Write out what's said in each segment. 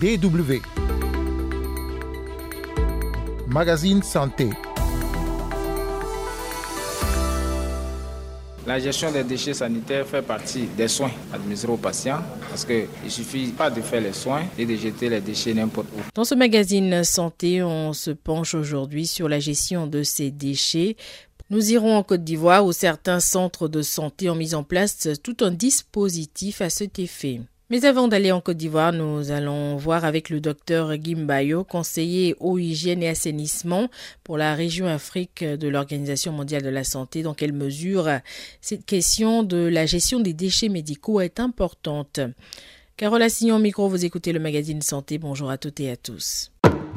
DW. Magazine Santé. La gestion des déchets sanitaires fait partie des soins administrés aux patients parce qu'il ne suffit pas de faire les soins et de jeter les déchets n'importe où. Dans ce magazine Santé, on se penche aujourd'hui sur la gestion de ces déchets. Nous irons en Côte d'Ivoire où certains centres de santé ont mis en place tout un dispositif à cet effet. Mais avant d'aller en Côte d'Ivoire, nous allons voir avec le docteur Guimbayo, conseiller eau, hygiène et assainissement pour la région Afrique de l'Organisation mondiale de la santé, dans quelle mesure cette question de la gestion des déchets médicaux est importante. Carole Assignon, micro, vous écoutez le magazine Santé. Bonjour à toutes et à tous.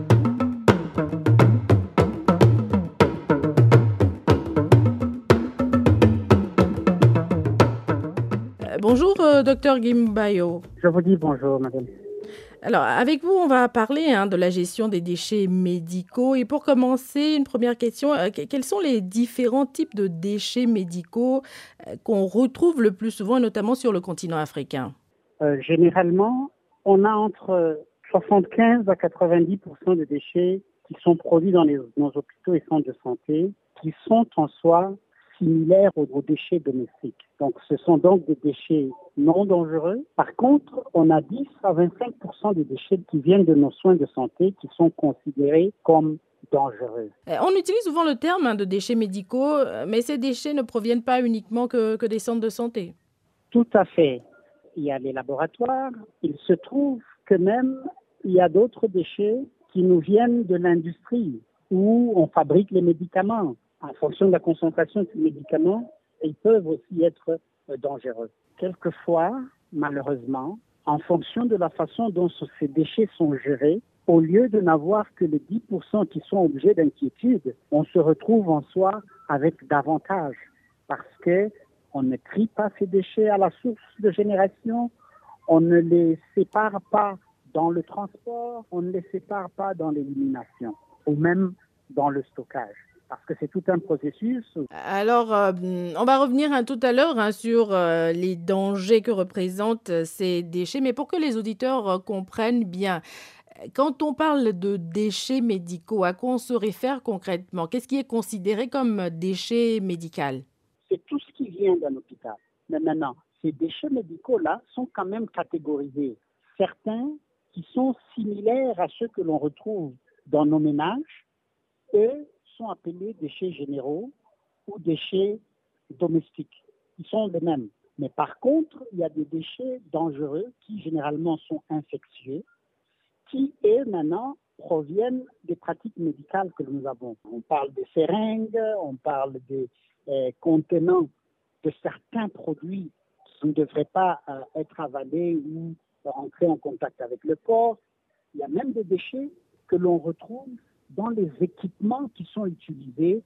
Bonjour, docteur Guimbayo. Je vous dis bonjour, madame. Alors, avec vous, on va parler de la gestion des déchets médicaux. Et pour commencer, une première question. Quels sont les différents types de déchets médicaux qu'on retrouve le plus souvent, notamment sur le continent africain? Généralement, on a entre 75 à 90% de déchets qui sont produits dans nos hôpitaux et centres de santé, qui sont en soi similaires aux déchets domestiques. Donc, ce sont donc des déchets non dangereux. Par contre, on a 10 à 25% des déchets qui viennent de nos soins de santé qui sont considérés comme dangereux. On utilise souvent le terme de déchets médicaux, mais ces déchets ne proviennent pas uniquement que des centres de santé. Tout à fait. Il y a les laboratoires. Il se trouve que même il y a d'autres déchets qui nous viennent de l'industrie où on fabrique les médicaments. En fonction de la concentration de ces médicaments, ils peuvent aussi être dangereux. Quelquefois, malheureusement, en fonction de la façon dont ces déchets sont gérés, au lieu de n'avoir que les 10% qui sont objets d'inquiétude, on se retrouve en soi avec davantage parce que on ne trie pas ces déchets à la source de génération, on ne les sépare pas dans le transport, on ne les sépare pas dans l'élimination ou même dans le stockage. Parce que c'est tout un processus. Alors, on va revenir tout à l'heure sur les dangers que représentent ces déchets. Mais pour que les auditeurs comprennent bien, quand on parle de déchets médicaux, à quoi on se réfère concrètement? Qu'est-ce qui est considéré comme déchet médical? C'est tout ce qui vient d'un hôpital. Mais maintenant, ces déchets médicaux-là sont quand même catégorisés. Certains qui sont similaires à ceux que l'on retrouve dans nos ménages, eux, sont appelés déchets généraux ou déchets domestiques. Ils sont les mêmes. Mais par contre, il y a des déchets dangereux qui généralement sont infectieux, qui, eux, maintenant, proviennent des pratiques médicales que nous avons. On parle des seringues, on parle des contenants de certains produits qui ne devraient pas être avalés ou entrer en contact avec le corps. Il y a même des déchets que l'on retrouve dans les équipements qui sont utilisés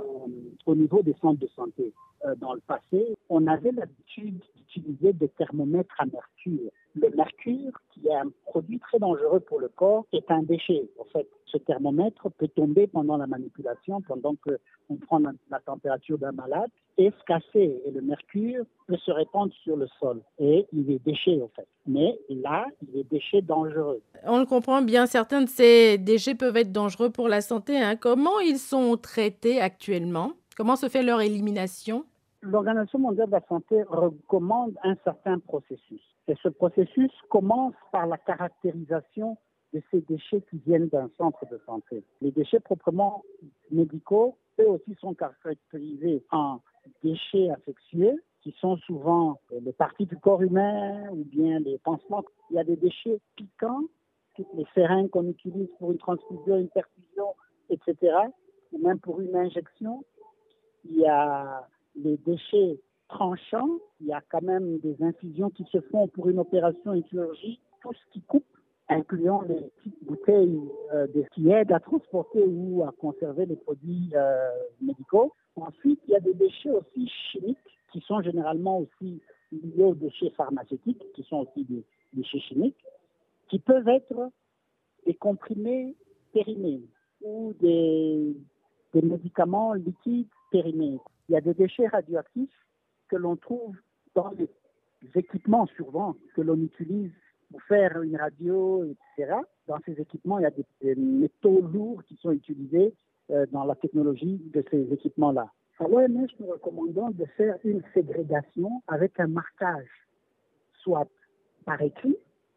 au niveau des centres de santé. Dans le passé, on avait l'habitude d'utiliser des thermomètres à mercure. Le mercure, qui est un produit très dangereux pour le corps, est un déchet. En fait, ce thermomètre peut tomber pendant la manipulation, pendant qu'on prend la température d'un malade, et se casser. Et le mercure peut se répandre sur le sol. Et il est déchet, en fait. Mais là, il est déchet dangereux. On le comprend bien, certains de ces déchets peuvent être dangereux pour la santé. Comment ils sont traités actuellement? Comment se fait leur élimination? L'Organisation mondiale de la santé recommande un certain processus. Et ce processus commence par la caractérisation de ces déchets qui viennent d'un centre de santé. Les déchets proprement médicaux, eux aussi, sont caractérisés en déchets infectieux, qui sont souvent les parties du corps humain ou bien les pansements. Il y a des déchets piquants, toutes les seringues qu'on utilise pour une transfusion, une perfusion, etc., ou même pour une injection. Il y a les déchets tranchants, il y a quand même des infusions qui se font pour une opération, une chirurgie, tout ce qui coupe, incluant les petites bouteilles qui aident à transporter ou à conserver les produits médicaux. Ensuite, il y a des déchets aussi chimiques qui sont généralement aussi liés aux déchets pharmaceutiques, qui sont aussi des déchets chimiques, qui peuvent être des comprimés périmés ou des médicaments liquides périmés. Il y a des déchets radioactifs que l'on trouve dans les équipements souvent que l'on utilise pour faire une radio, etc. Dans ces équipements, il y a des métaux lourds qui sont utilisés dans la technologie de ces équipements-là. À l'OMS, nous recommandons de faire une ségrégation avec un marquage, soit par écrit,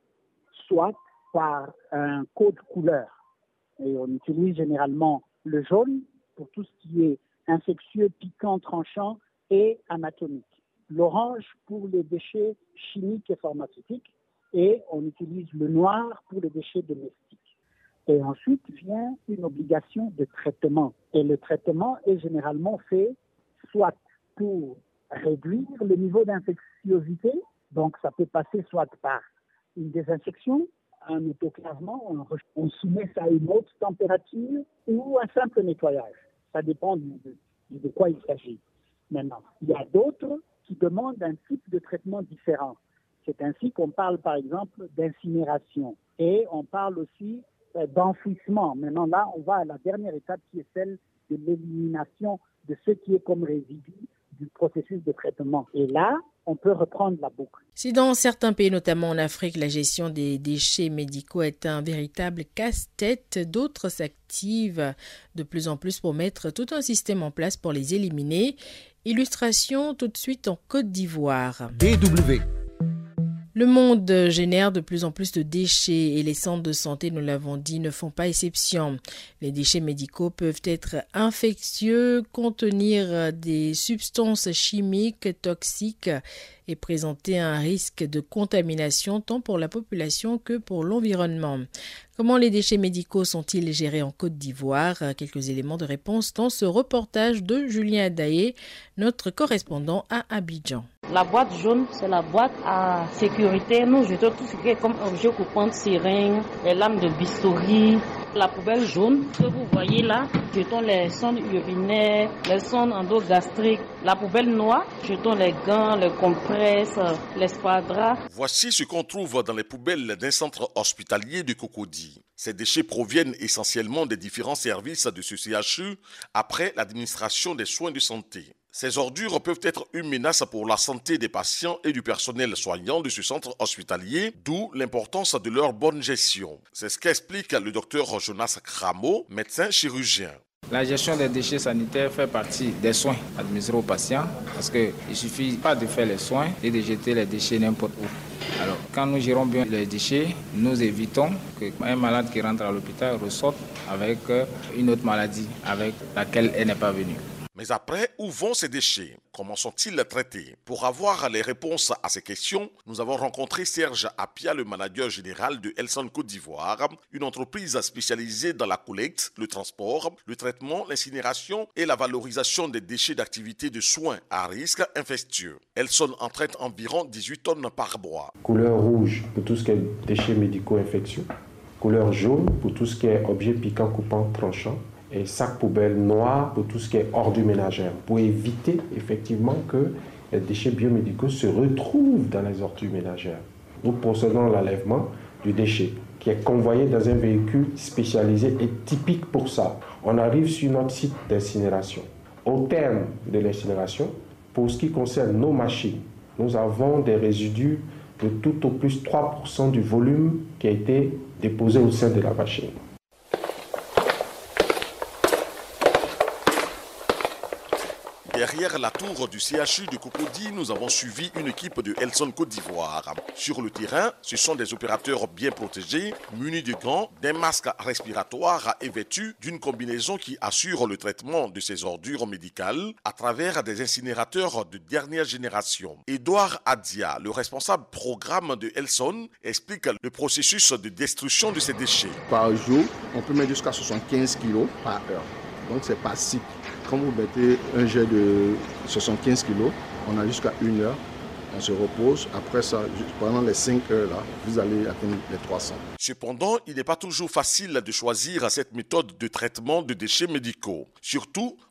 soit par un code couleur. Et on utilise généralement le jaune pour tout ce qui est infectieux, piquant, tranchant et anatomique. L'orange pour les déchets chimiques et pharmaceutiques. Et on utilise le noir pour les déchets domestiques. Et ensuite vient une obligation de traitement. Et le traitement est généralement fait soit pour réduire le niveau d'infectiosité, donc ça peut passer soit par une désinfection, un autoclavement, on soumet ça à une haute température ou un simple nettoyage. Ça dépend de quoi il s'agit. Maintenant, il y a d'autres qui demandent un type de traitement différent. C'est ainsi qu'on parle par exemple d'incinération et on parle aussi d'enfouissement. Maintenant là, on va à la dernière étape qui est celle de l'élimination de ce qui est comme résidu du processus de traitement. Et là, on peut reprendre la boucle. Si dans certains pays, notamment en Afrique, la gestion des déchets médicaux est un véritable casse-tête, d'autres s'activent de plus en plus pour mettre tout un système en place pour les éliminer. Illustration tout de suite en Côte d'Ivoire. DW. Le monde génère de plus en plus de déchets et les centres de santé, nous l'avons dit, ne font pas exception. Les déchets médicaux peuvent être infectieux, contenir des substances chimiques toxiques et présenter un risque de contamination tant pour la population que pour l'environnement. Comment les déchets médicaux sont-ils gérés en Côte d'Ivoire? Quelques éléments de réponse dans ce reportage de Julien Adaye, notre correspondant à Abidjan. La boîte jaune, c'est la boîte à sécurité. Nous jetons tout ce qui est comme objet coupant de seringue, les lames de bistouri. La poubelle jaune que vous voyez là, jetons les sondes urinaires, les sondes endogastriques. La poubelle noire, jetons les gants, les compresses, les sparadraps. Voici ce qu'on trouve dans les poubelles d'un centre hospitalier de Cocody. Ces déchets proviennent essentiellement des différents services de ce CHU après l'administration des soins de santé. Ces ordures peuvent être une menace pour la santé des patients et du personnel soignant de ce centre hospitalier, d'où l'importance de leur bonne gestion. C'est ce qu'explique le docteur Jonas Kramo, médecin chirurgien. La gestion des déchets sanitaires fait partie des soins administrés aux patients parce qu'il ne suffit pas de faire les soins et de jeter les déchets n'importe où. Alors, quand nous gérons bien les déchets, nous évitons qu'un malade qui rentre à l'hôpital ressorte avec une autre maladie avec laquelle elle n'est pas venue. Mais après, où vont ces déchets? Comment sont-ils traités? Pour avoir les réponses à ces questions, nous avons rencontré Serge Apia, le manager général de Elson Côte d'Ivoire, une entreprise spécialisée dans la collecte, le transport, le traitement, l'incinération et la valorisation des déchets d'activités de soins à risque infectieux. Elson en traite environ 18 tonnes par mois. Couleur rouge pour tout ce qui est déchets médicaux infectieux, couleur jaune pour tout ce qui est objets piquants, coupants, tranchants, et sac poubelle noir pour tout ce qui est ordures ménagères, pour éviter effectivement que les déchets biomédicaux se retrouvent dans les ordures ménagères. Nous procédons à l'enlèvement du déchet qui est convoyé dans un véhicule spécialisé et typique pour ça. On arrive sur notre site d'incinération. Au terme de l'incinération, pour ce qui concerne nos machines, nous avons des résidus de tout au plus 3% du volume qui a été déposé au sein de la machine. Derrière la tour du CHU de Cocody, nous avons suivi une équipe de Elson Côte d'Ivoire. Sur le terrain, ce sont des opérateurs bien protégés, munis de gants, d'un masque respiratoire et vêtus d'une combinaison qui assure le traitement de ces ordures médicales à travers des incinérateurs de dernière génération. Edouard Adia, le responsable programme de Elson, explique le processus de destruction de ces déchets. Par jour, on peut mettre jusqu'à 75 kg par heure. Donc c'est pas cycle. Quand vous mettez un jet de 75 kg, on a jusqu'à 1 heure, on se repose. Après ça, pendant les 5 heures, là, vous allez atteindre les 300. Cependant, il n'est pas toujours facile de choisir cette méthode de traitement de déchets médicaux, surtout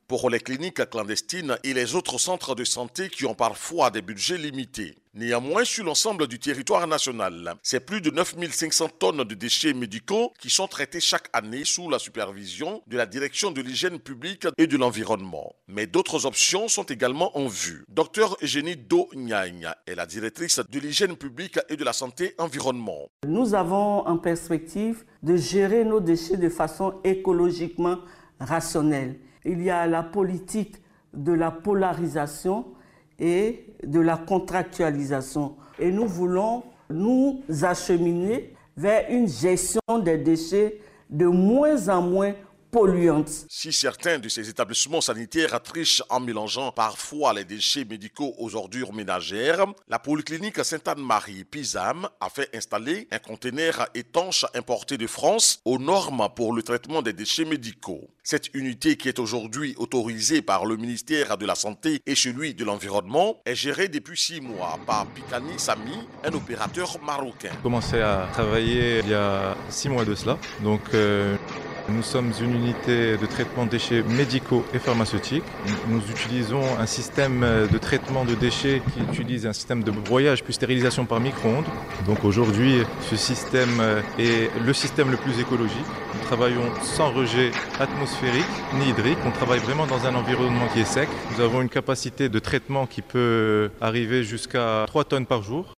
pour les cliniques clandestines et les autres centres de santé qui ont parfois des budgets limités. Néanmoins, sur l'ensemble du territoire national, c'est plus de 9500 tonnes de déchets médicaux qui sont traités chaque année sous la supervision de la direction de l'hygiène publique et de l'environnement. Mais d'autres options sont également en vue. Dr Eugénie Do Nyagne est la directrice de l'hygiène publique et de la santé environnement. Nous avons en perspective de gérer nos déchets de façon écologiquement rationnelle. Il y a la politique de la polarisation et de la contractualisation. Et nous voulons nous acheminer vers une gestion des déchets de moins en moins polluantes. Si certains de ces établissements sanitaires trichent en mélangeant parfois les déchets médicaux aux ordures ménagères, la polyclinique Sainte-Anne-Marie Pisam a fait installer un conteneur étanche importé de France aux normes pour le traitement des déchets médicaux. Cette unité, qui est aujourd'hui autorisée par le ministère de la Santé et celui de l'Environnement, est gérée depuis 6 mois par Pikani Sami, un opérateur marocain. J'ai commencé à travailler il y a 6 mois de cela. Donc, nous sommes une unité de traitement de déchets médicaux et pharmaceutiques. Nous utilisons un système de traitement de déchets qui utilise un système de broyage puis stérilisation par micro-ondes. Donc aujourd'hui, ce système est le système le plus écologique. Nous travaillons sans rejet atmosphérique ni hydrique. On travaille vraiment dans un environnement qui est sec. Nous avons une capacité de traitement qui peut arriver jusqu'à 3 tonnes par jour.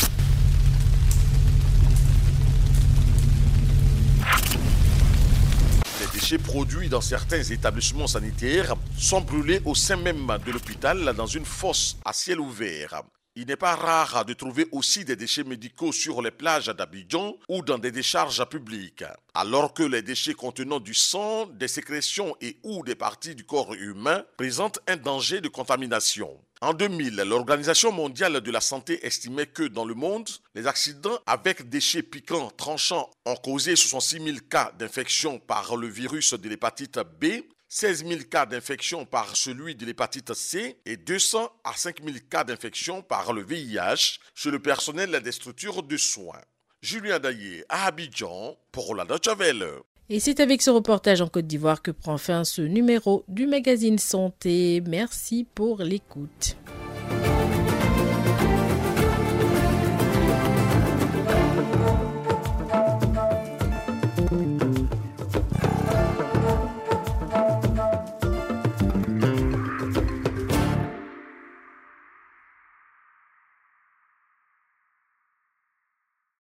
Les déchets produits dans certains établissements sanitaires sont brûlés au sein même de l'hôpital dans une fosse à ciel ouvert. Il n'est pas rare de trouver aussi des déchets médicaux sur les plages d'Abidjan ou dans des décharges publiques. Alors que les déchets contenant du sang, des sécrétions et ou des parties du corps humain présentent un danger de contamination. En 2000, l'Organisation mondiale de la santé estimait que dans le monde, les accidents avec déchets piquants tranchants ont causé 66 000 cas d'infection par le virus de l'hépatite B, 16 000 cas d'infection par celui de l'hépatite C et 200 à 5 000 cas d'infection par le VIH chez le personnel des structures de soins. Julien Daillé à Abidjan pour la Deutsche Welle. Et c'est avec ce reportage en Côte d'Ivoire que prend fin ce numéro du magazine Santé. Merci pour l'écoute.